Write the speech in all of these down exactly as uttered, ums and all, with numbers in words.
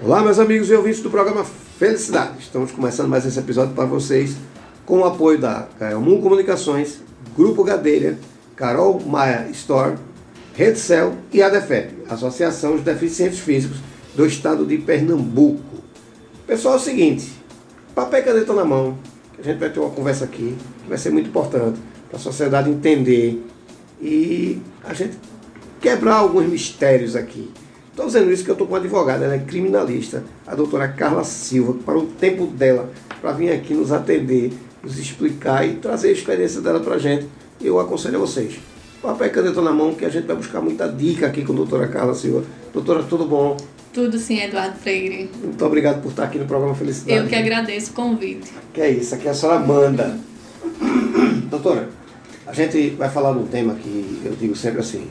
Olá, meus amigos e ouvintes do programa Felicidade. Estamos começando mais esse episódio para vocês com o apoio da Gaelmun Comunicações, Grupo Gadelha, Carol Maia Store, Redcel e a DEFEP, Associação dos Deficientes Físicos do Estado de Pernambuco. Pessoal, é o seguinte, papel e caneta na mão, que a gente vai ter uma conversa aqui, que vai ser muito importante para a sociedade entender e a gente quebrar alguns mistérios aqui. Estou dizendo isso que eu estou com uma advogada, ela é criminalista, a doutora Carla Silva, que parou o tempo dela para vir aqui nos atender, nos explicar e trazer a experiência dela para a gente. E eu aconselho a vocês, papel e caneta na mão, que a gente vai buscar muita dica aqui com a doutora Carla Silva. Doutora, tudo bom? Tudo sim, Eduardo Freire. Muito obrigado por estar aqui no programa Felicidade. Eu que agradeço o convite. Que é isso, aqui a senhora manda. Doutora, a gente vai falar de um tema que eu digo sempre assim,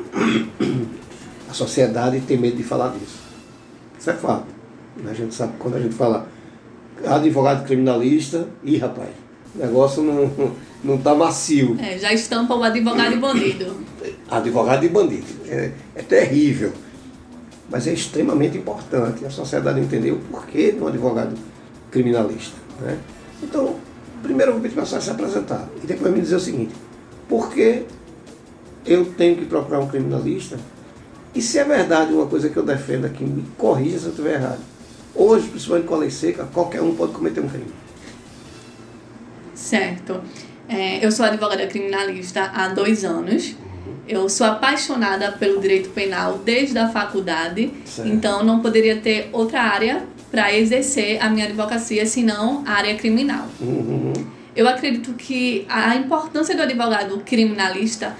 a sociedade tem medo de falar disso. Isso é fato. A gente sabe que quando a gente fala advogado criminalista, ih rapaz, o negócio não, não tá macio. É, já estampa o advogado e bandido. Advogado e bandido. É, é terrível. Mas é extremamente importante a sociedade entender o porquê de um advogado criminalista. Né? Então, primeiro eu vou pedir para a senhora se apresentar e depois me dizer o seguinte, por que eu tenho que procurar um criminalista? E se é verdade uma coisa que eu defendo aqui, me corrija se eu estiver errado. Hoje, principalmente com a lei seca, qualquer um pode cometer um crime. Certo. É, eu sou advogada criminalista há dois anos. Eu sou apaixonada pelo direito penal desde a faculdade. Certo. Então não poderia ter outra área para exercer a minha advocacia, senão a área criminal. Uhum. Eu acredito que a importância do advogado criminalista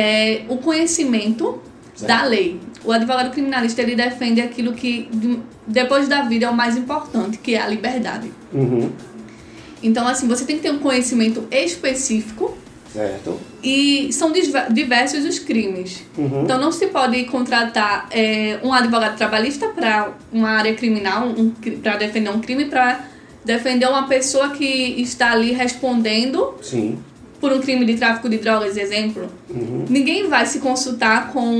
é o conhecimento certo. Da lei. O advogado criminalista, ele defende aquilo que, depois da vida, é o mais importante, que é a liberdade. Uhum. Então, assim, você tem que ter um conhecimento específico. Certo. E são diversos os crimes. Uhum. Então, não se pode contratar é, um advogado trabalhista para uma área criminal, um, para defender um crime, para defender uma pessoa que está ali respondendo... Sim. Por um crime de tráfico de drogas, exemplo. Uhum. Ninguém vai se consultar com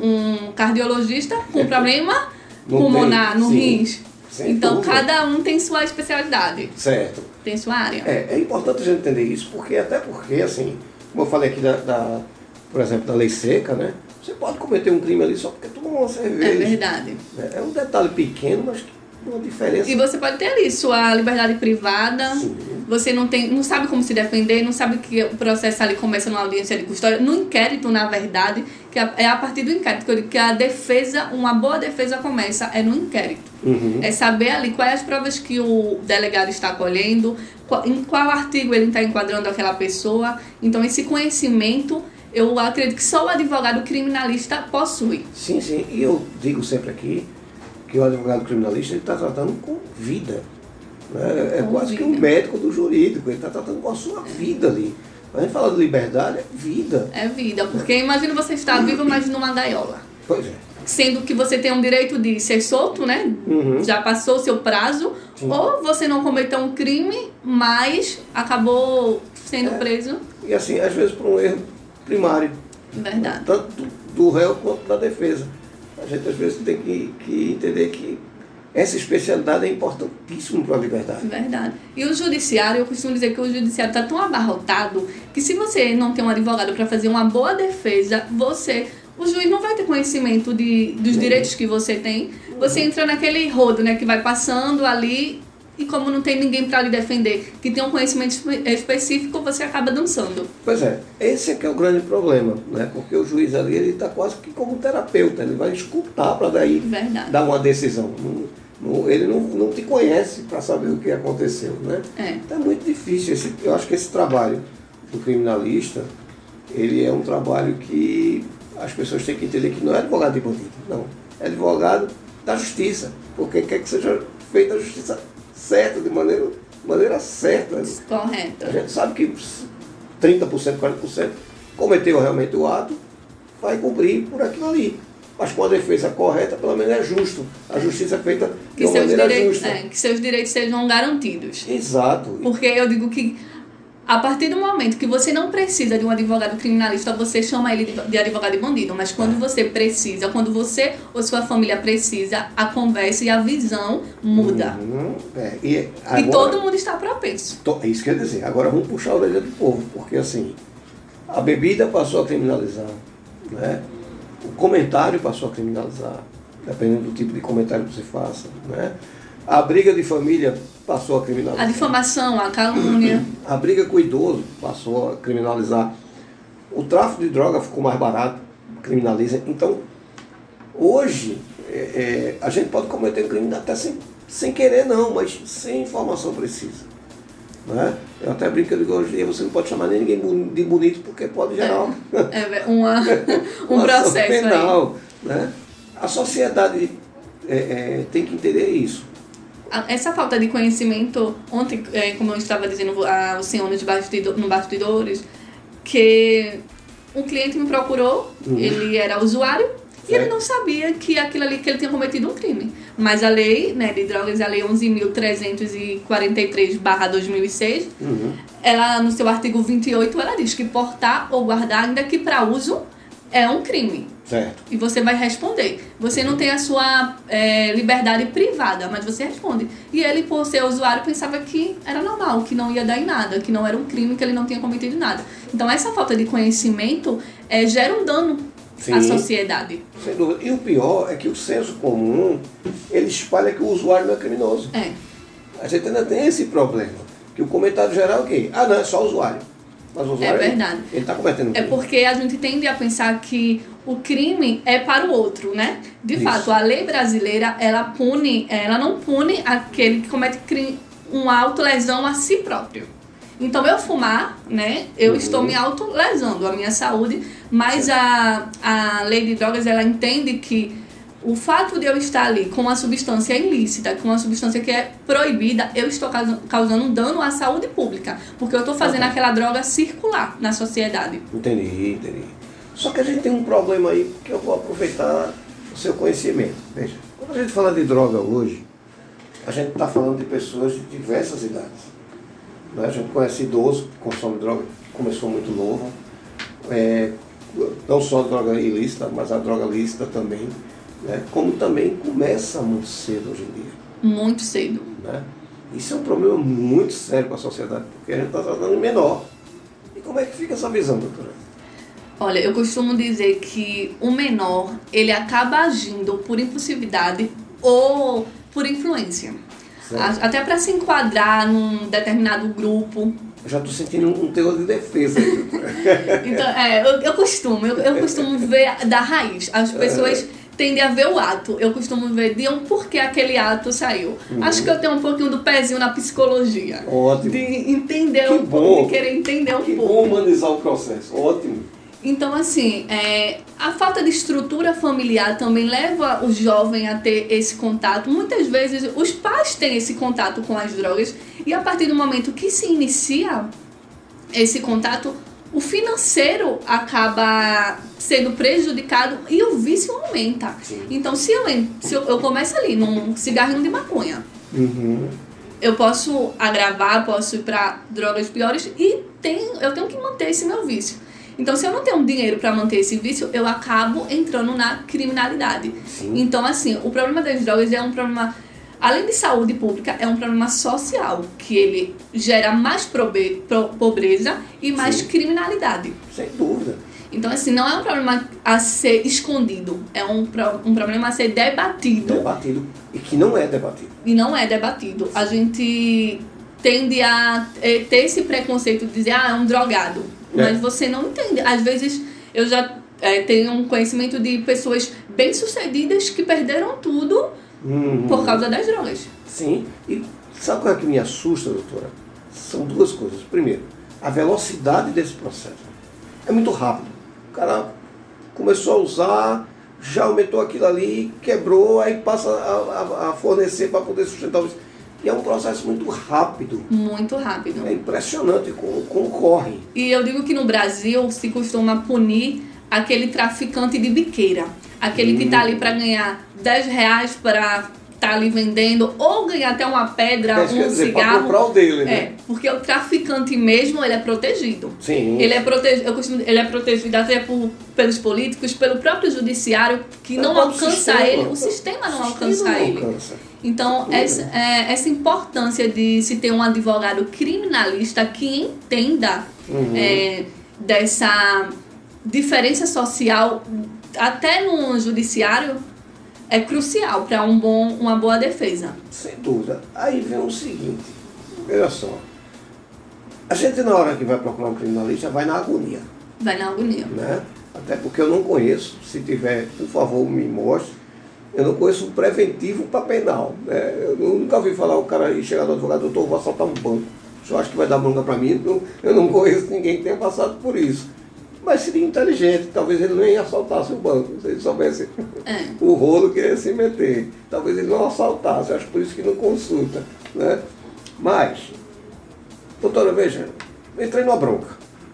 um cardiologista com problema pulmonar no rins. Então, dúvida. Cada um tem sua especialidade. Certo. Tem sua área. É, é importante a gente entender isso, porque até porque, assim, como eu falei aqui, da, da, por exemplo, da lei seca, né? Você pode cometer um crime ali só porque tomou uma cerveja. É verdade. É um detalhe pequeno, mas uma diferença. E você pode ter ali sua liberdade privada. Sim. Você não, tem, não sabe como se defender, não sabe que o processo ali começa numa audiência de custódia. No inquérito, na verdade, que é a partir do inquérito que eu digo que a defesa, uma boa defesa começa é no inquérito. Uhum. É saber ali quais as provas que o delegado está colhendo, qual, em qual artigo ele está enquadrando aquela pessoa. Então, esse conhecimento, eu acredito que só o advogado criminalista possui. Sim, sim. E eu digo sempre aqui que o advogado criminalista está tratando com vida. Né? É com quase vida. Que um médico do jurídico, ele está tratando com a sua vida ali. A gente fala de liberdade, é vida. É vida, porque imagina você estar vivo, mas numa gaiola. Pois é. Sendo que você tem um direito de ser solto, né? Uhum. Já passou o seu prazo. Sim. Ou você não cometeu um crime, mas acabou sendo é. preso. E assim, às vezes por um erro primário. Verdade. Tanto do, do réu quanto da defesa. A gente às vezes tem que, que entender que essa especialidade é importantíssima para a liberdade. Verdade. E o judiciário, eu costumo dizer que o judiciário está tão abarrotado que se você não tem um advogado para fazer uma boa defesa, você, o juiz não vai ter conhecimento de, dos uhum. direitos que você tem. Você uhum. entra naquele rodo, né, que vai passando ali e como não tem ninguém para lhe defender, que tem um conhecimento específico, você acaba dançando. Pois é, esse é que é o grande problema, né? Porque o juiz ali, ele está quase que como terapeuta, ele vai escutar para daí Verdade. Dar uma decisão. Não, não, ele não, não te conhece para saber o que aconteceu, né? É. Então é muito difícil. Esse, eu acho que esse trabalho do criminalista, ele é um trabalho que as pessoas têm que entender que não é advogado de bandido, não. É advogado da justiça, porque quer que seja feita a justiça certa, de maneira, de maneira certa. Correto. A gente sabe que trinta por cento, quarenta por cento cometeu realmente o ato, vai cumprir por aquilo ali. Mas com a defesa correta, pelo menos é justo. A justiça é feita de uma maneira justa. É, que seus direitos sejam garantidos. Exato. Porque eu digo que A partir do momento que você não precisa de um advogado criminalista, você chama ele de advogado de bandido. Mas quando você precisa, quando você ou sua família precisa, a conversa e a visão muda. Uhum, é. e, agora, e todo mundo está propenso. É isso que eu ia dizer. Agora vamos puxar a orelha do povo, porque assim, a bebida passou a criminalizar, né? O comentário passou a criminalizar, dependendo do tipo de comentário que você faça, né? A briga de família passou a criminalizar. A difamação, a calúnia. A briga com o idoso passou a criminalizar. O tráfico de droga ficou mais barato, criminaliza. Então, hoje, é, é, a gente pode cometer um crime até sem, sem querer não, mas sem informação precisa. Né? Eu até brinco, eu digo, hoje em dia você não pode chamar nem ninguém de bonito, porque pode gerar é, é uma, um uma processo penal. Aí. Né? A sociedade é, é, tem que entender isso. Essa falta de conhecimento, ontem, como eu estava dizendo ao senhor nos bastidores, que um cliente me procurou, uhum. ele era usuário, certo. E ele não sabia que aquilo ali, que ele tinha cometido um crime. Mas a lei, né, de drogas, a lei onze mil trezentos e quarenta e três barra dois mil e seis, uhum. ela, no seu artigo vinte e oito, ela diz que portar ou guardar, ainda que para uso, é um crime. Certo. E você vai responder. Você não tem a sua é, liberdade privada, mas você responde. E ele, por ser usuário, pensava que era normal, que não ia dar em nada, que não era um crime, que ele não tinha cometido nada. Então, essa falta de conhecimento é, gera um dano Sim, à sociedade. Sem dúvida. E o pior é que o senso comum, ele espalha que o usuário não é criminoso. É. A gente ainda tem esse problema. Que o comentário geral é o quê? Ah, não, é só o usuário. Mas o usuário, é verdade. Ele está cometendo um crime. É porque a gente tende a pensar que o crime é para o outro, né? De Isso. fato, a lei brasileira, ela pune, ela não pune aquele que comete crime, uma autolesão a si próprio. Então, eu fumar, né? Eu uhum. estou me autolesando a minha saúde, mas a, a lei de drogas, ela entende que o fato de eu estar ali com uma substância ilícita, com uma substância que é proibida, eu estou causando um dano à saúde pública, porque eu estou fazendo okay. aquela droga circular na sociedade. Entendi, entendi. Só que a gente tem um problema aí, que eu vou aproveitar o seu conhecimento. Veja, quando a gente fala de droga hoje, a gente está falando de pessoas de diversas idades. Né? A gente conhece idoso que consome droga, começou muito novo, é, não só a droga ilícita, mas a droga lícita também, né? Como também começa muito cedo hoje em dia. Muito cedo. Né? Isso é um problema muito sério para a sociedade, porque a gente está tratando de menor. E como é que fica essa visão, doutora? Olha, eu costumo dizer que o menor, ele acaba agindo por impulsividade ou por influência. Certo. Até para se enquadrar num determinado grupo. Eu já estou sentindo um teor de defesa. Então, é, eu, eu costumo, eu, eu costumo ver da raiz. As pessoas tendem a ver o ato. Eu costumo ver de um porquê aquele ato saiu. Uhum. Acho que eu tenho um pouquinho do pezinho na psicologia. Ótimo. De entender que um bom. pouco, de querer entender um que pouco. Que bom humanizar o processo. Ótimo. Então, assim, é, a falta de estrutura familiar também leva o jovem a ter esse contato. Muitas vezes, os pais têm esse contato com as drogas e a partir do momento que se inicia esse contato, o financeiro acaba sendo prejudicado e o vício aumenta. Sim. Então, se eu, se eu, eu começo ali num cigarrinho de maconha, uhum. eu posso agravar, posso ir para drogas piores e tem, eu tenho que manter esse meu vício. Então, se eu não tenho dinheiro para manter esse vício, eu acabo entrando na criminalidade. Sim. Então, assim, o problema das drogas é um problema, além de saúde pública, é um problema social, que ele gera mais probe- pro- pobreza e mais Sim. criminalidade. Sem dúvida. Então, assim, não é um problema a ser escondido, é um, pro- um problema a ser debatido. Debatido. E que não é debatido. E não é debatido. Sim. A gente tende a ter esse preconceito de dizer, ah, é um drogado. É. Mas você não entende. Às vezes, eu já é, tenho um conhecimento de pessoas bem-sucedidas que perderam tudo uhum. por causa das drogas. Sim. E sabe qual é que me assusta, doutora? São duas coisas. Primeiro, a velocidade desse processo. É muito rápido. O cara começou a usar, já aumentou aquilo ali, quebrou, aí passa a, a, a fornecer para poder sustentar o... E é um processo muito rápido. Muito rápido. É impressionante como, como corre. E eu digo que no Brasil se costuma punir aquele traficante de biqueira. Aquele hum. que está ali para ganhar dez reais para tá ali vendendo, ou ganhar até uma pedra, é, um quer dizer, cigarro. Para comprar o dele, né? É, porque o traficante mesmo, ele é protegido. Sim. Ele é protegido, eu costumo, ele é protegido até por, pelos políticos, pelo próprio judiciário, que é não alcança sistema, ele, o sistema não alcança não ele. Alcança. Então, essa, é, essa importância de se ter um advogado criminalista que entenda uhum. é, dessa diferença social, até no judiciário, é crucial para um bom, uma boa defesa. Sem dúvida. Aí vem o seguinte, veja só, a gente na hora que vai procurar um criminalista vai na agonia. Vai na agonia. Né? Até porque eu não conheço, se tiver, por favor, me mostre. Eu não conheço um preventivo para penal. Né? Eu nunca ouvi falar o cara ir chegar no advogado, doutor, vou assaltar um banco. Eu acho que vai dar bronca para mim. Eu, eu não conheço ninguém que tenha passado por isso. Mas seria inteligente, talvez ele nem assaltasse o banco, se ele soubesse é. o rolo que ia se meter. Talvez ele não assaltasse, eu acho por isso que não consulta. Né? Mas, doutora, veja, eu entrei numa bronca.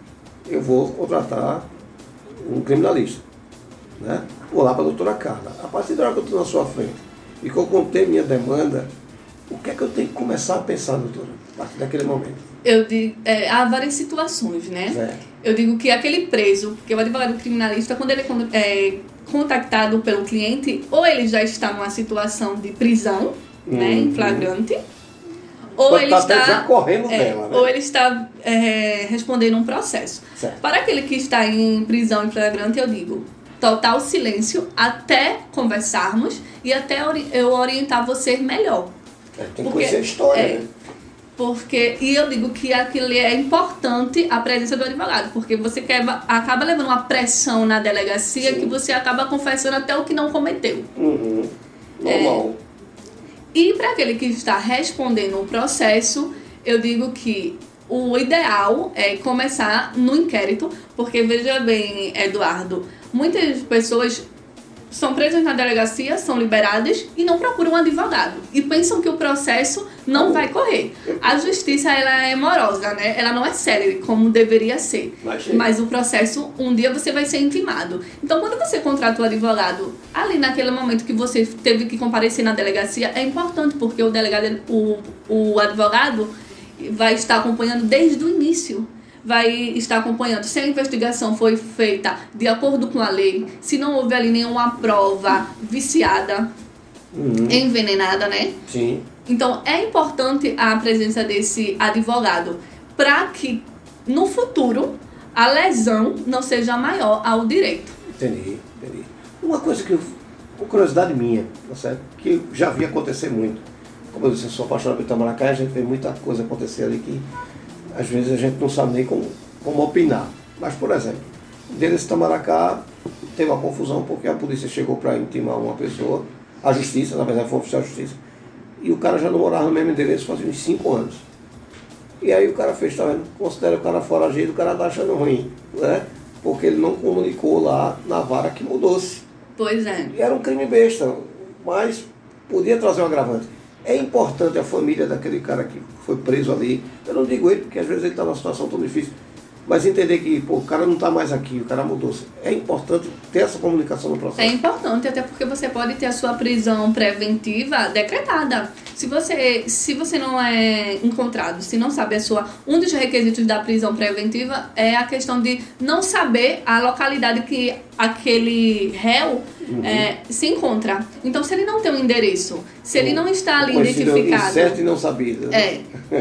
Eu vou contratar um criminalista. Né? Vou lá para a doutora Carla. A partir da hora que eu estou na sua frente e que eu contei minha demanda, o que é que eu tenho que começar a pensar, doutora, a partir daquele momento? Eu digo, é, há várias situações, né? Certo. Eu digo que aquele preso, porque o advogado criminalista, quando ele é contactado pelo cliente, ou ele já está numa situação de prisão, uhum. né, em flagrante, ou Pode ele tá está já correndo é, dela, né? ou ele está é, respondendo um processo. Certo. Para aquele que está em prisão em flagrante, eu digo total silêncio até conversarmos e até eu orientar você melhor. É, tem que porque, conhecer a história, é, né? Porque, e eu digo que aquilo é importante a presença do advogado, porque você quebra, acaba levando uma pressão na delegacia. Sim. Que você acaba confessando até o que não cometeu. Uhum. Normal. É, e para aquele que está respondendo o processo, eu digo que o ideal é começar no inquérito, porque veja bem, Eduardo, muitas pessoas são presas na delegacia, são liberadas e não procuram um advogado. E pensam que o processo não vai correr. A justiça, ela é morosa, né? Ela não é célere como deveria ser. Imagina. Mas o processo, um dia você vai ser intimado. Então, quando você contrata o advogado, ali naquele momento que você teve que comparecer na delegacia, é importante, porque o delegado, o, o advogado vai estar acompanhando desde o início. Vai estar acompanhando se a investigação foi feita de acordo com a lei, se não houve ali nenhuma prova viciada, uhum. envenenada, né? Sim. Então, é importante a presença desse advogado para que, no futuro, a lesão não seja maior ao direito. Entendi, entendi. Uma coisa que eu... Uma curiosidade minha, tá certo? Que eu já vi acontecer muito. Como eu disse, eu sou apaixonado por Itamaracá, a gente vê muita coisa acontecer ali que às vezes a gente não sabe nem como, como opinar. Mas, por exemplo, o dia desse Itamaracá teve uma confusão porque a polícia chegou para intimar uma pessoa, a justiça, na verdade foi o oficial de justiça, e o cara já não morava no mesmo endereço fazia uns cinco anos. E aí o cara fez, tá vendo? Considera o cara foragido, o cara tá achando ruim, né? Porque ele não comunicou lá na vara que mudou-se. Pois é. E era um crime besta, mas podia trazer um agravante. É importante a família daquele cara que foi preso ali, eu não digo ele porque às vezes ele está numa situação tão difícil, mas entender que pô, o cara não está mais aqui, o cara mudou-se. É importante ter essa comunicação no processo. É importante, até porque você pode ter a sua prisão preventiva decretada. Se você, se você não é encontrado, se não sabe a sua... Um dos requisitos da prisão preventiva é a questão de não saber a localidade que aquele réu uhum. é, se encontra. Então, se ele não tem um endereço, se ele não está ali identificado... Incerto e não sabido. É.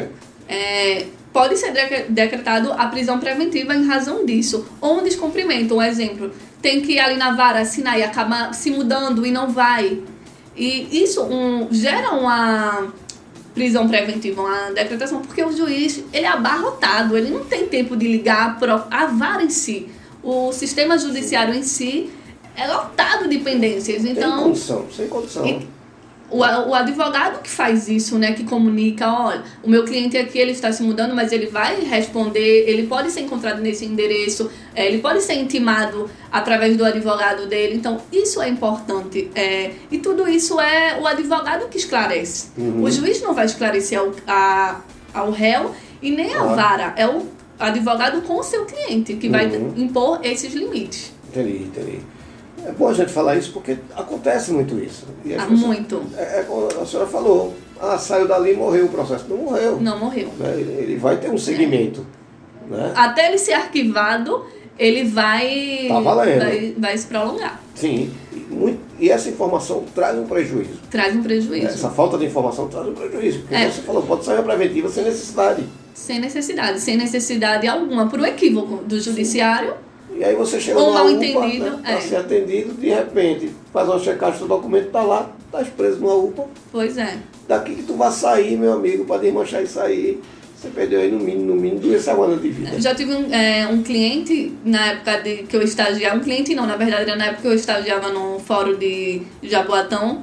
é pode ser decretado a prisão preventiva em razão disso. Ou um descumprimento, um exemplo. Tem que ir ali na vara assinar e acaba se mudando e não vai. E isso um, gera uma prisão preventiva, uma decretação, porque o juiz ele é abarrotado, ele não tem tempo de ligar para a vara em si. O sistema judiciário em si é lotado de pendências. Então, sem condição, sem condição. E, O, o advogado que faz isso, né, que comunica, olha, o meu cliente aqui ele está se mudando, mas ele vai responder, ele pode ser encontrado nesse endereço, é, ele pode ser intimado através do advogado dele, então isso é importante. É, e tudo isso é o advogado que esclarece. Uhum. O juiz não vai esclarecer ao, a, ao réu e nem a ah. vara, é o advogado com o seu cliente que uhum. vai impor esses limites. Entendi, entendi. É bom a gente falar isso porque acontece muito isso. E Ah, pessoas, muito. É, é como a senhora falou, ah, saiu dali e morreu o processo. Não morreu. Não morreu. Né? Ele, ele vai ter um segmento. É. Né? Até ele ser arquivado, ele vai, tá valendo. vai, vai se prolongar. Sim. E, muito, e essa informação traz um prejuízo. Traz um prejuízo. Essa falta de informação traz um prejuízo. Porque É. você falou, pode sair a preventiva sem necessidade. Sem necessidade, sem necessidade alguma, por um equívoco do judiciário. E aí você chega Ou numa mal U P A, entendido, né, para é. ser atendido, de repente, faz uma checagem do documento, tá lá, tá preso numa U P A. Pois é. Daqui que tu vai sair, meu amigo, para desmanchar isso aí, você perdeu aí no mínimo, no mínimo duas semanas de vida. Já tive um, é, um cliente, na época de, que eu estagiava, um cliente não, na verdade era na época que eu estagiava no fórum de Jaboatão,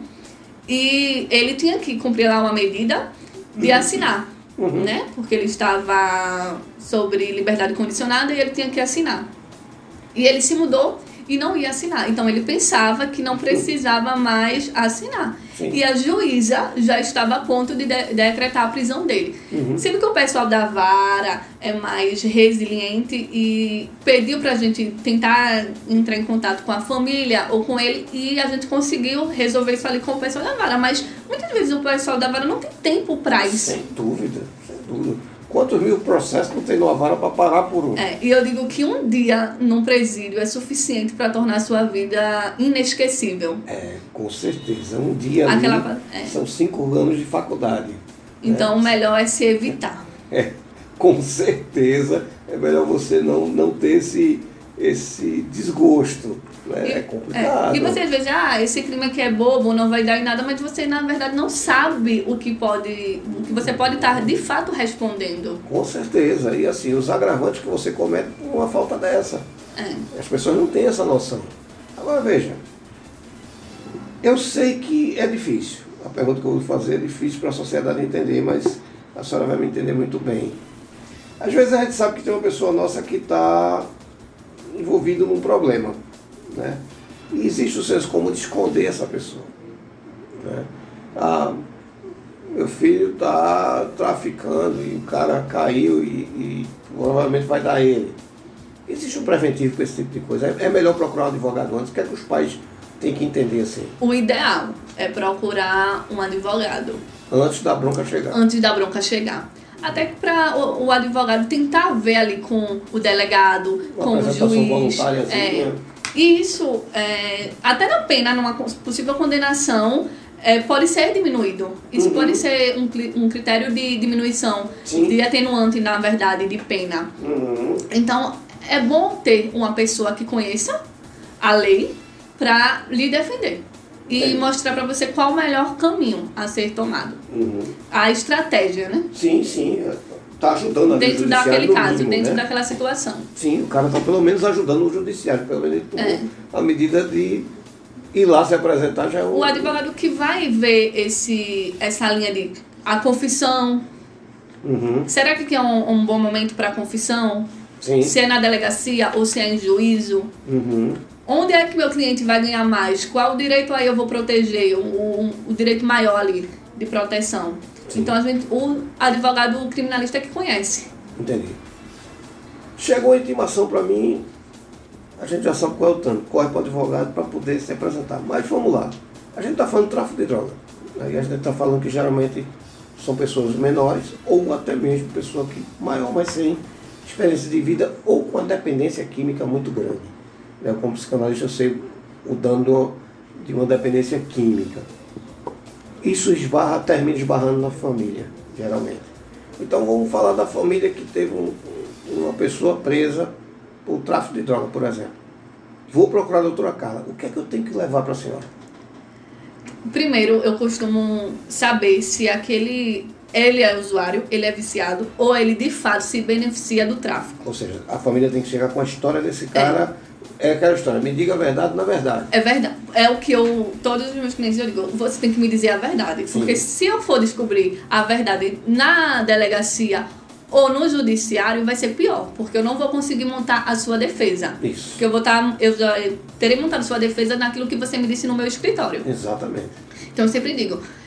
e ele tinha que cumprir lá uma medida de assinar, Uhum. né? Porque ele estava sobre liberdade condicionada e ele tinha que assinar. E ele se mudou e não ia assinar. Então ele pensava que não precisava mais assinar. Sim. E a juíza já estava a ponto de, de decretar a prisão dele. Uhum. Sendo que o pessoal da vara é mais resiliente e pediu pra gente tentar entrar em contato com a família ou com ele, e a gente conseguiu resolver isso ali com o pessoal da vara. Mas muitas vezes o pessoal da vara não tem tempo pra isso. Sem dúvida, sem dúvida. Quantos mil processos não tem numa vara para parar por um? É, e eu digo que um dia num presídio é suficiente para tornar a sua vida inesquecível. É, com certeza. Um dia Aquela- ali, é. são cinco anos de faculdade. Então o melhor é se evitar. É, com certeza é melhor você não, não ter esse, esse desgosto. Né? E, É complicado. é, e você às vezes, ah, esse crime aqui é bobo, não vai dar em nada, mas você na verdade não sabe o que pode, o que você pode estar de fato respondendo. Com certeza. E assim, os agravantes que você comete por uma falta dessa. É. As pessoas não têm essa noção. Agora veja, eu sei que é difícil. A pergunta que eu vou fazer é difícil para a sociedade entender, mas a senhora vai me entender muito bem. Às vezes a gente sabe que tem uma pessoa nossa que está envolvida num problema, né? E existe o senso comum de esconder essa pessoa, né? Ah, meu filho está traficando e o cara caiu e, e provavelmente vai dar ele. Existe um preventivo para esse tipo de coisa. É melhor procurar um advogado antes. O que é que os pais têm que entender assim? O ideal é procurar um advogado Antes da bronca chegar. antes da bronca chegar. Até para o, o advogado tentar ver ali com o delegado, Uma com o apresentação juiz. voluntária assim, é, né? E isso, é, até na pena, numa possível condenação, é, pode ser diminuído. Isso Uhum. pode ser um, cli- um critério de diminuição, Sim. de atenuante, na verdade, de pena. Uhum. Então, é bom ter uma pessoa que conheça a lei para lhe defender. E Entendi. mostrar para você qual o melhor caminho a ser tomado. Uhum. A estratégia, né? Sim, sim. Está ajudando a Dentro judiciário daquele no caso, mínimo, dentro né? daquela situação. Sim, o cara está pelo menos ajudando o judiciário. Pelo menos ele tomou É. a medida de ir lá se apresentar já é um... O advogado que vai ver esse, essa linha de a confissão. Uhum. Será que aqui é um, um bom momento para a confissão? Sim. Se é na delegacia ou se é em juízo? Uhum. Onde é que meu cliente vai ganhar mais? Qual direito aí eu vou proteger? O, o, o direito maior ali de proteção. Sim. Então a gente, o advogado criminalista é que conhece. Entendi. Chegou a intimação para mim, a gente já sabe qual é o tanto, corre para o advogado para poder se apresentar. Mas vamos lá, a gente está falando de tráfico de droga. Aí a gente está falando que geralmente são pessoas menores ou até mesmo pessoa que maior, mas sem experiência de vida ou com a dependência química muito grande. Né? Como psicanalista eu sei o dano de uma dependência química. Isso esbarra, termina esbarrando na família, geralmente. Então vamos falar da família que teve um, uma pessoa presa por tráfico de droga, por exemplo. Vou procurar a doutora Carla. O que é que eu tenho que levar para a senhora? Primeiro, eu costumo saber se aquele ele é usuário, ele é viciado ou ele de fato se beneficia do tráfico. Ou seja, a família tem que chegar com a história desse cara. É, é aquela história, me diga a verdade na verdade. É verdade. É o que eu, todos os meus clientes eu digo, você tem que me dizer a verdade. Sim. Porque se eu for descobrir a verdade na delegacia ou no judiciário, vai ser pior. Porque eu não vou conseguir montar a sua defesa. Isso. Porque eu vou estar, eu já terei montado a sua defesa naquilo que você me disse no meu escritório. Exatamente. Então eu sempre digo,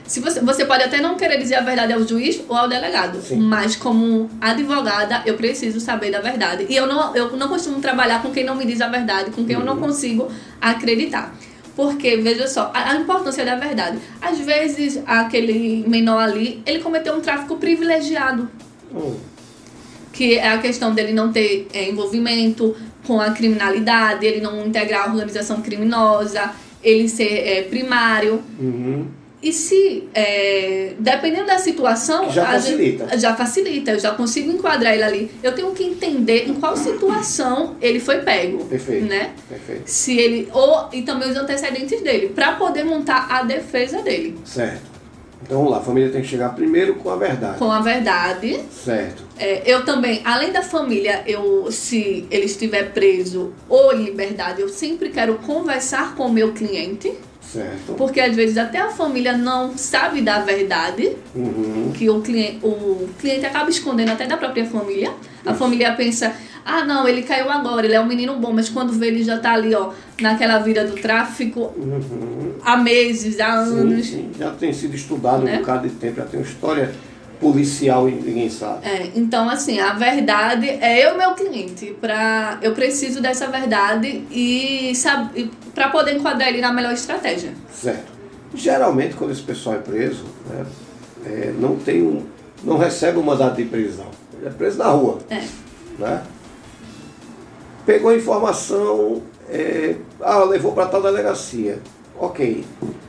Se você, você pode até não querer dizer a verdade ao juiz ou ao delegado, Sim. mas como advogada eu preciso saber da verdade. E eu não, eu não costumo trabalhar com quem não me diz a verdade, com quem uhum. eu não consigo acreditar. Porque, veja só, a, a importância da verdade. Às vezes, aquele menor ali, ele cometeu um tráfico privilegiado. Uhum. Que é a questão dele não ter é, envolvimento com a criminalidade, ele não integrar a organização criminosa, ele ser é, primário. Uhum. E se, é, dependendo da situação... Já facilita. Gente, já facilita, eu já consigo enquadrar ele ali. Eu tenho que entender em qual situação ele foi pego. Perfeito. Né? Perfeito. Se ele, ou, e também os antecedentes dele, para poder montar a defesa dele. Certo. Então vamos lá, a família tem que chegar primeiro com a verdade. Com a verdade. Certo. É, eu também, além da família, eu, se ele estiver preso ou em liberdade, eu sempre quero conversar com o meu cliente. Certo. Porque às vezes até a família não sabe da verdade, uhum. que o cliente, o cliente acaba escondendo até da própria família. A Isso. família pensa, ah não, ele caiu agora, ele é um menino bom, mas quando vê ele já tá ali, ó, naquela vida do tráfico uhum. há meses, há anos. Sim, sim. Já tem sido estudado né? um bocado de tempo, já tem uma história policial e ninguém sabe. É, então assim, a verdade é eu meu cliente, pra, eu preciso dessa verdade e para poder enquadrar ele na melhor estratégia. Certo. Geralmente quando esse pessoal é preso, né, é, não tem um, não recebe um mandado de prisão, ele é preso na rua. É. Né? Pegou a informação, é, ah, levou para tal delegacia, ok.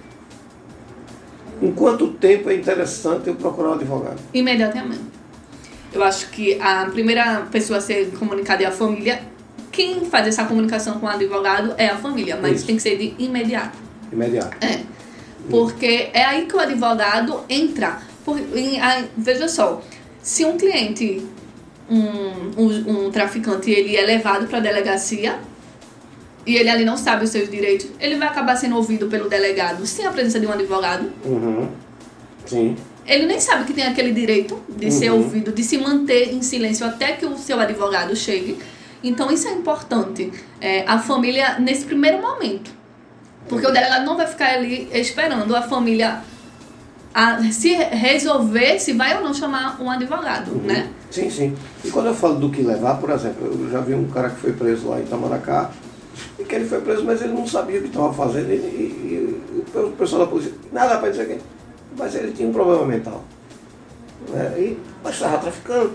Em quanto tempo é interessante eu procurar um advogado? Imediatamente. Eu acho que a primeira pessoa a ser comunicada é a família. Quem faz essa comunicação com o advogado é a família, mas Isso. tem que ser de imediato. Imediato. É. Porque é aí que o advogado entra. Por, em, a, veja só, se um cliente, um, um, um traficante, ele é levado para a delegacia e ele ali não sabe os seus direitos, ele vai acabar sendo ouvido pelo delegado sem a presença de um advogado. Uhum. Sim. Ele nem sabe que tem aquele direito de uhum. ser ouvido, de se manter em silêncio até que o seu advogado chegue. Então isso é importante. É, a família, nesse primeiro momento. Porque uhum. o delegado não vai ficar ali esperando a família a se resolver se vai ou não chamar um advogado, uhum. né? Sim, sim. E quando eu falo do que levar, por exemplo, eu já vi um cara que foi preso lá em Itamaracá, e que ele foi preso, mas ele não sabia o que estava fazendo, e, e, e o pessoal da polícia, nada para dizer que, mas ele tinha um problema mental, né? E mas estava traficando.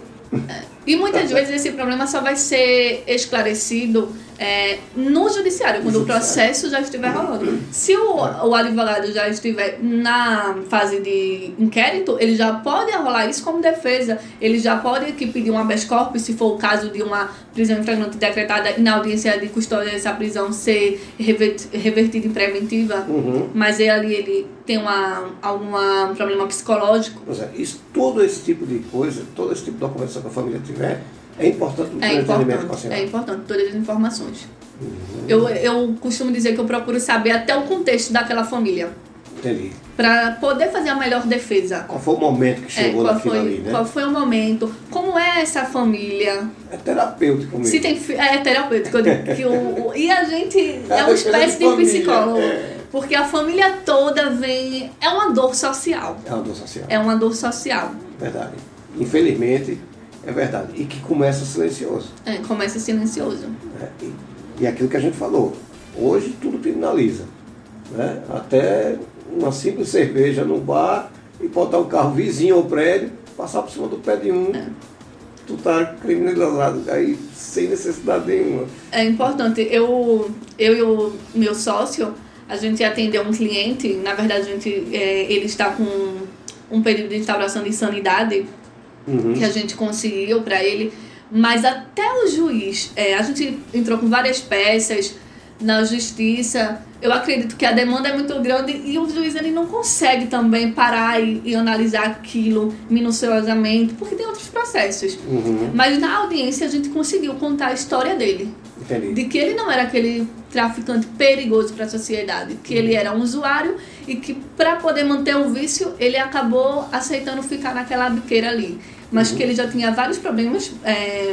E muitas vezes esse problema só vai ser esclarecido é, no judiciário, quando judiciário. o processo já estiver rolando. Se o, o advogado já estiver na fase de inquérito, ele já pode arrolar isso como defesa. Ele já pode aqui pedir um habeas corpus, se for o caso de uma prisão em flagrante decretada e na audiência de custódia essa prisão ser revertida em preventiva. Uhum. Mas ele ali ele tem uma, algum problema psicológico. Pois é, isso, todo esse tipo de coisa, todo esse tipo de documentação que a família tiver, é importante no é entendimento importante, é importante, todas as informações. Uhum. Eu, eu costumo dizer que eu procuro saber até o contexto daquela família. Entendi. Para poder fazer a melhor defesa. Qual foi o momento que chegou é, naquilo foi, ali, né? Qual foi o momento? Como é essa família? É terapêutico mesmo. Se tem, é terapêutico. Que o, o, e a gente é, é uma espécie de, de psicólogo. É. Porque a família toda vem... É uma dor social. É uma dor social. É uma dor social. Verdade. Infelizmente, é verdade. E que começa silencioso. É, começa silencioso. É, e, e aquilo que a gente falou. Hoje tudo criminaliza. Né? Até uma simples cerveja no bar e botar o carro vizinho ao prédio, passar por cima do pé de um, é. tu tá criminalizado aí sem necessidade nenhuma. É importante. Eu, eu e o meu sócio, a gente atendeu um cliente, na verdade a gente, é, ele está com um período de instauração de insanidade, uhum. que a gente conseguiu para ele, mas até o juiz, é, a gente entrou com várias peças na justiça. Eu acredito que a demanda é muito grande e o juiz ele não consegue também parar e, e analisar aquilo minuciosamente, porque tem outros processos. Uhum. Mas na audiência a gente conseguiu contar a história dele. Entendi. De que ele não era aquele traficante perigoso para a sociedade, que ele era um usuário e que para poder manter o vício ele acabou aceitando ficar naquela biqueira ali. Mas uhum. que ele já tinha vários problemas é,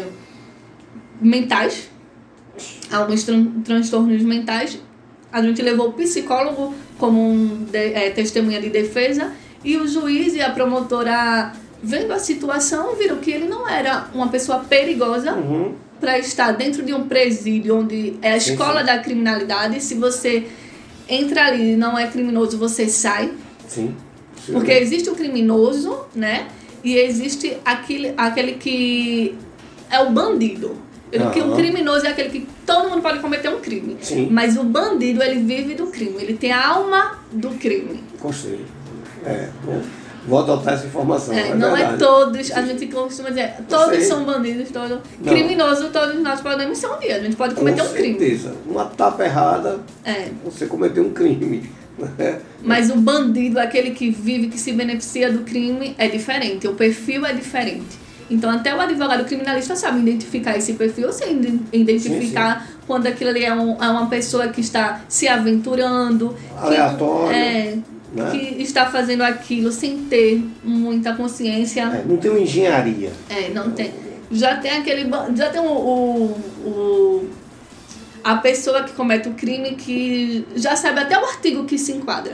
mentais, alguns tran- transtornos mentais. A gente levou o psicólogo como um de, é, testemunha de defesa E o juiz e a promotora, vendo a situação, viram que ele não era uma pessoa perigosa uhum. para estar dentro de um presídio onde é a escola sim, sim. da criminalidade. Se você entra ali e não é criminoso, você sai. Sim. sim Porque existe o criminoso, né? E existe aquele, aquele que é o bandido. Uhum. Que o criminoso é aquele que todo mundo pode cometer um crime. Sim. Mas o bandido, ele vive do crime. Ele tem a alma do crime. Gostei. É, vou adotar essa informação. É, é não verdade. é todos, a gente costuma dizer, todos são bandidos, todos. Não. Criminoso, todos nós podemos ser um dia. A gente pode cometer Com um crime. Com certeza. Uma tapa errada, é. você cometeu um crime. Mas o bandido, aquele que vive, que se beneficia do crime, é diferente. O perfil é diferente. Então, até o advogado criminalista sabe identificar esse perfil, sem identificar sim, sim. quando aquilo ali é, um, é uma pessoa que está se aventurando. Aleatório. Que, é, né? que está fazendo aquilo sem ter muita consciência. É, não tem uma engenharia. É, não tem. Já tem aquele... Já tem o... o, o a pessoa que comete o crime que já sabe até o artigo que se enquadra.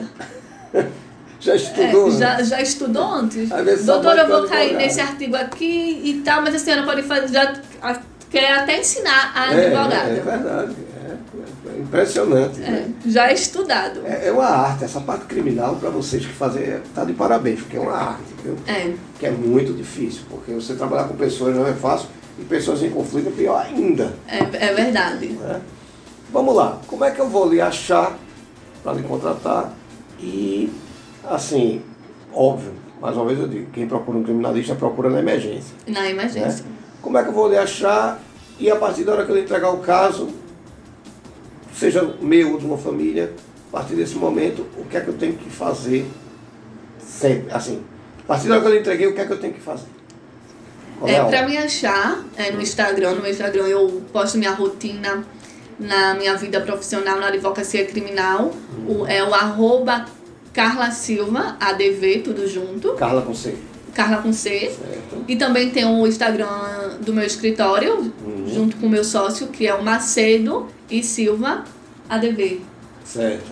Já estudou? É, já, já estudou antes. Doutora, eu vou cair nesse artigo aqui e tal, mas a senhora pode fazer, já quer até ensinar a é, advogada. É, é verdade. É, é impressionante. É, né? Já é estudado. É, é uma arte. Essa parte criminal, para vocês que fazem, tá de parabéns, porque é uma arte, viu? É. Que é muito difícil, porque você trabalhar com pessoas não é fácil e pessoas em conflito é pior ainda. É, é verdade. Né? Vamos lá. Como é que eu vou lhe achar para lhe contratar e... Assim, óbvio, mais uma vez eu digo, quem procura um criminalista procura na emergência. Na emergência. Né? Como é que eu vou lhe achar e a partir da hora que eu lhe entregar o caso, seja meu ou de uma família, a partir desse momento, o que é que eu tenho que fazer sempre, assim, a partir da hora que eu lhe entreguei, o que é que eu tenho que fazer? Qual é, é para me achar é, no Instagram, no meu Instagram eu posto minha rotina na minha vida profissional na advocacia criminal, hum. o, é o arroba Carla Silva, A D V, tudo junto. Carla com C. Carla com C. Certo. E também tem o Instagram do meu escritório, uhum. junto com o meu sócio, que é o Macedo e Silva, A D V. Certo.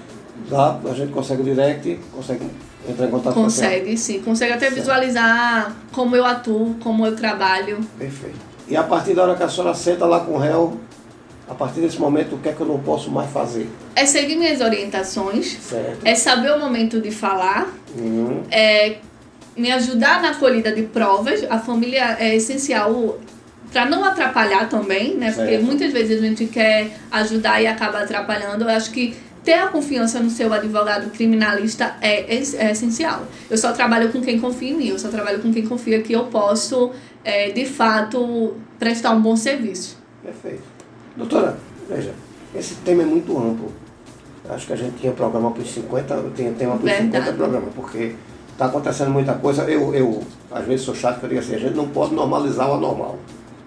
Lá a gente consegue o direct, consegue entrar em contato consegue, com a sim. Consegue até certo. visualizar como eu atuo, como eu trabalho. Perfeito. E a partir da hora que a senhora senta lá com o réu, a partir desse momento, o que é que eu não posso mais fazer? É seguir minhas orientações, certo. É saber o momento de falar, uhum. é me ajudar na colhida de provas. A família é essencial para não atrapalhar também, né? Porque certo. muitas vezes a gente quer ajudar e acaba atrapalhando. Eu acho que ter a confiança no seu advogado criminalista é, é, é essencial. Eu só trabalho com quem confia em mim, eu só trabalho com quem confia que eu posso, é, de fato, prestar um bom serviço. Perfeito. Doutora, veja, esse tema é muito amplo. Acho que a gente tinha programa para os cinquenta, tem tema para os cinquenta programas, porque está acontecendo muita coisa. Eu, eu, às vezes, sou chato, que eu digo assim, a gente não pode normalizar o anormal.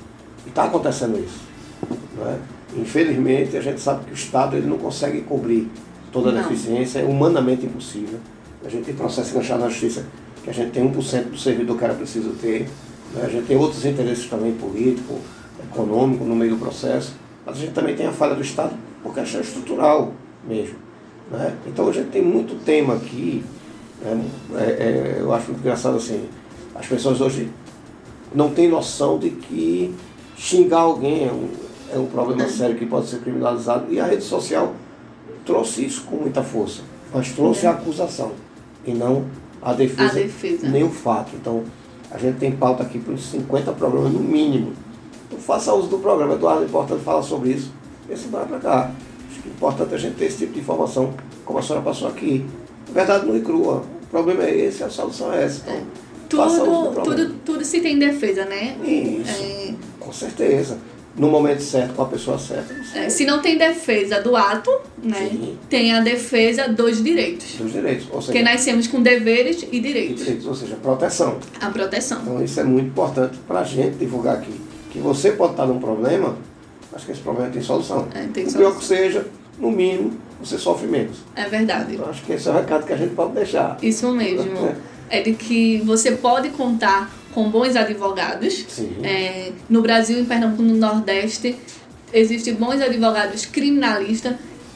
E está acontecendo isso. Não é? Infelizmente, a gente sabe que o Estado ele não consegue cobrir toda a não. deficiência, é humanamente impossível. A gente tem processo enganchado na justiça, que a gente tem um por cento do servidor que era preciso ter. Né? A gente tem outros interesses também políticos, econômicos no meio do processo. Mas a gente também tem a falha do Estado por questão estrutural mesmo. Né? Então a gente tem muito tema aqui, né? é, é, eu acho muito engraçado assim, as pessoas hoje não têm noção de que xingar alguém é um, é um problema sério que pode ser criminalizado, e a rede social trouxe isso com muita força, mas trouxe é. a acusação e não a defesa, a defesa, nem o fato. Então a gente tem pauta aqui para uns cinquenta programas no mínimo. Então faça uso do programa, Eduardo, é importante falar sobre isso. Esse vai para cá. Acho que é importante a gente ter esse tipo de informação, como a senhora passou aqui. A verdade não é crua. O problema é esse, a solução é essa. Então, é. Tudo, tudo, tudo se tem defesa, né? Isso, é... com certeza. No momento certo, com a pessoa certa. É, se não tem defesa do ato, né? Sim. Tem a defesa dos direitos. Dos direitos. Ou seja, porque nascemos com deveres e direitos. E direitos, ou seja, proteção. A proteção. Então isso é muito importante para a gente divulgar aqui. Que você pode estar num problema, mas que esse problema tem solução. É, tem o solução. pior que seja, no mínimo, você sofre menos. É verdade. Então acho que esse é o recado que a gente pode deixar. Isso mesmo. É de que você pode contar com bons advogados. Sim. É, no Brasil, em Pernambuco, no Nordeste, existem bons advogados criminalistas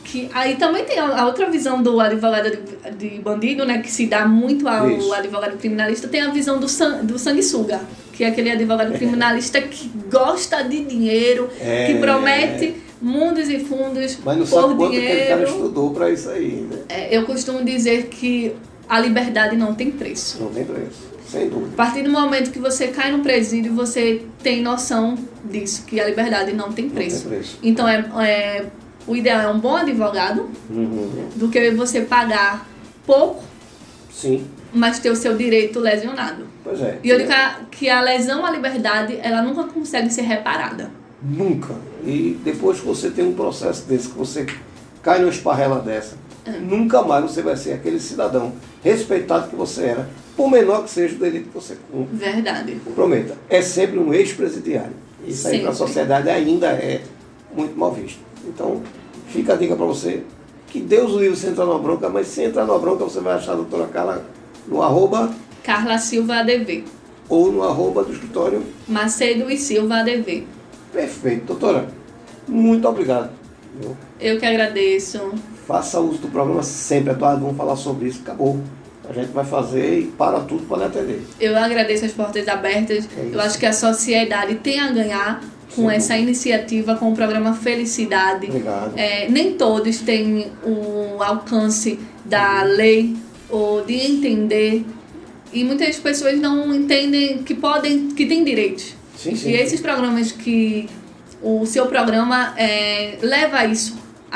Que aí também tem a outra visão do advogado de, de bandido, né, que se dá muito ao Isso. advogado criminalista, tem a visão do, san, do sanguessuga, que é aquele advogado criminalista que gosta de dinheiro, É. que promete mundos e fundos Mas não por sabe quanto dinheiro. que aquele cara estudou para isso aí, né? É, eu costumo dizer que a liberdade não tem preço. Não tem preço, sem dúvida. A partir do momento que você cai no presídio, você tem noção disso, que a liberdade não tem preço. Não tem preço. Então, é, é, o ideal é um bom advogado, Uhum. do que você pagar pouco, Sim, mas ter o seu direito lesionado. pois é. E eu digo que a, que a lesão à liberdade, ela nunca consegue ser reparada. Nunca. E depois que você tem um processo desse, que você cai numa esparrela dessa, É. nunca mais você vai ser aquele cidadão respeitado que você era, por menor que seja o delito que você cumpre. Verdade. Prometa, é sempre um ex-presidiário. Isso aí para a Sempre. sociedade ainda é muito mal visto. Então, fica a dica para você, que Deus o livre se entrar numa bronca, mas se entrar numa bronca você vai achar a doutora Carla no arroba Carla Silva A D V. ou no arroba do escritório. Macedo e Silva A D V. Perfeito, doutora. Muito obrigado. Viu? Eu que agradeço. Faça uso do programa sempre, Eduardo. Vamos falar sobre isso. Acabou. A gente vai fazer e para tudo para lhe atender. Eu agradeço as portas abertas. É isso. Eu acho que a sociedade tem a ganhar com Sim. essa iniciativa, com o programa Felicidade. Obrigado. É, nem todos têm o alcance da lei ou de entender. E muitas pessoas não entendem que podem, que têm direitos. Sim, sim. E esses programas que o seu programa é, leva isso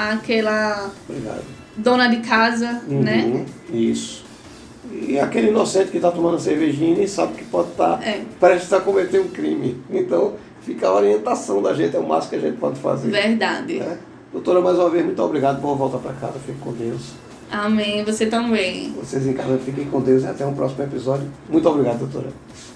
àquela Obrigado. dona de casa, Uhum, né? Isso. E aquele inocente que está tomando cervejinha e nem sabe que pode estar É. prestes a cometer um crime. Então, fica a orientação da gente, é o máximo que a gente pode fazer. Verdade. Né? Doutora, mais uma vez, muito obrigado. Boa volta para casa. Fique com Deus. Amém. Você também. Vocês em casa fiquem com Deus e até um próximo episódio. Muito obrigado, doutora.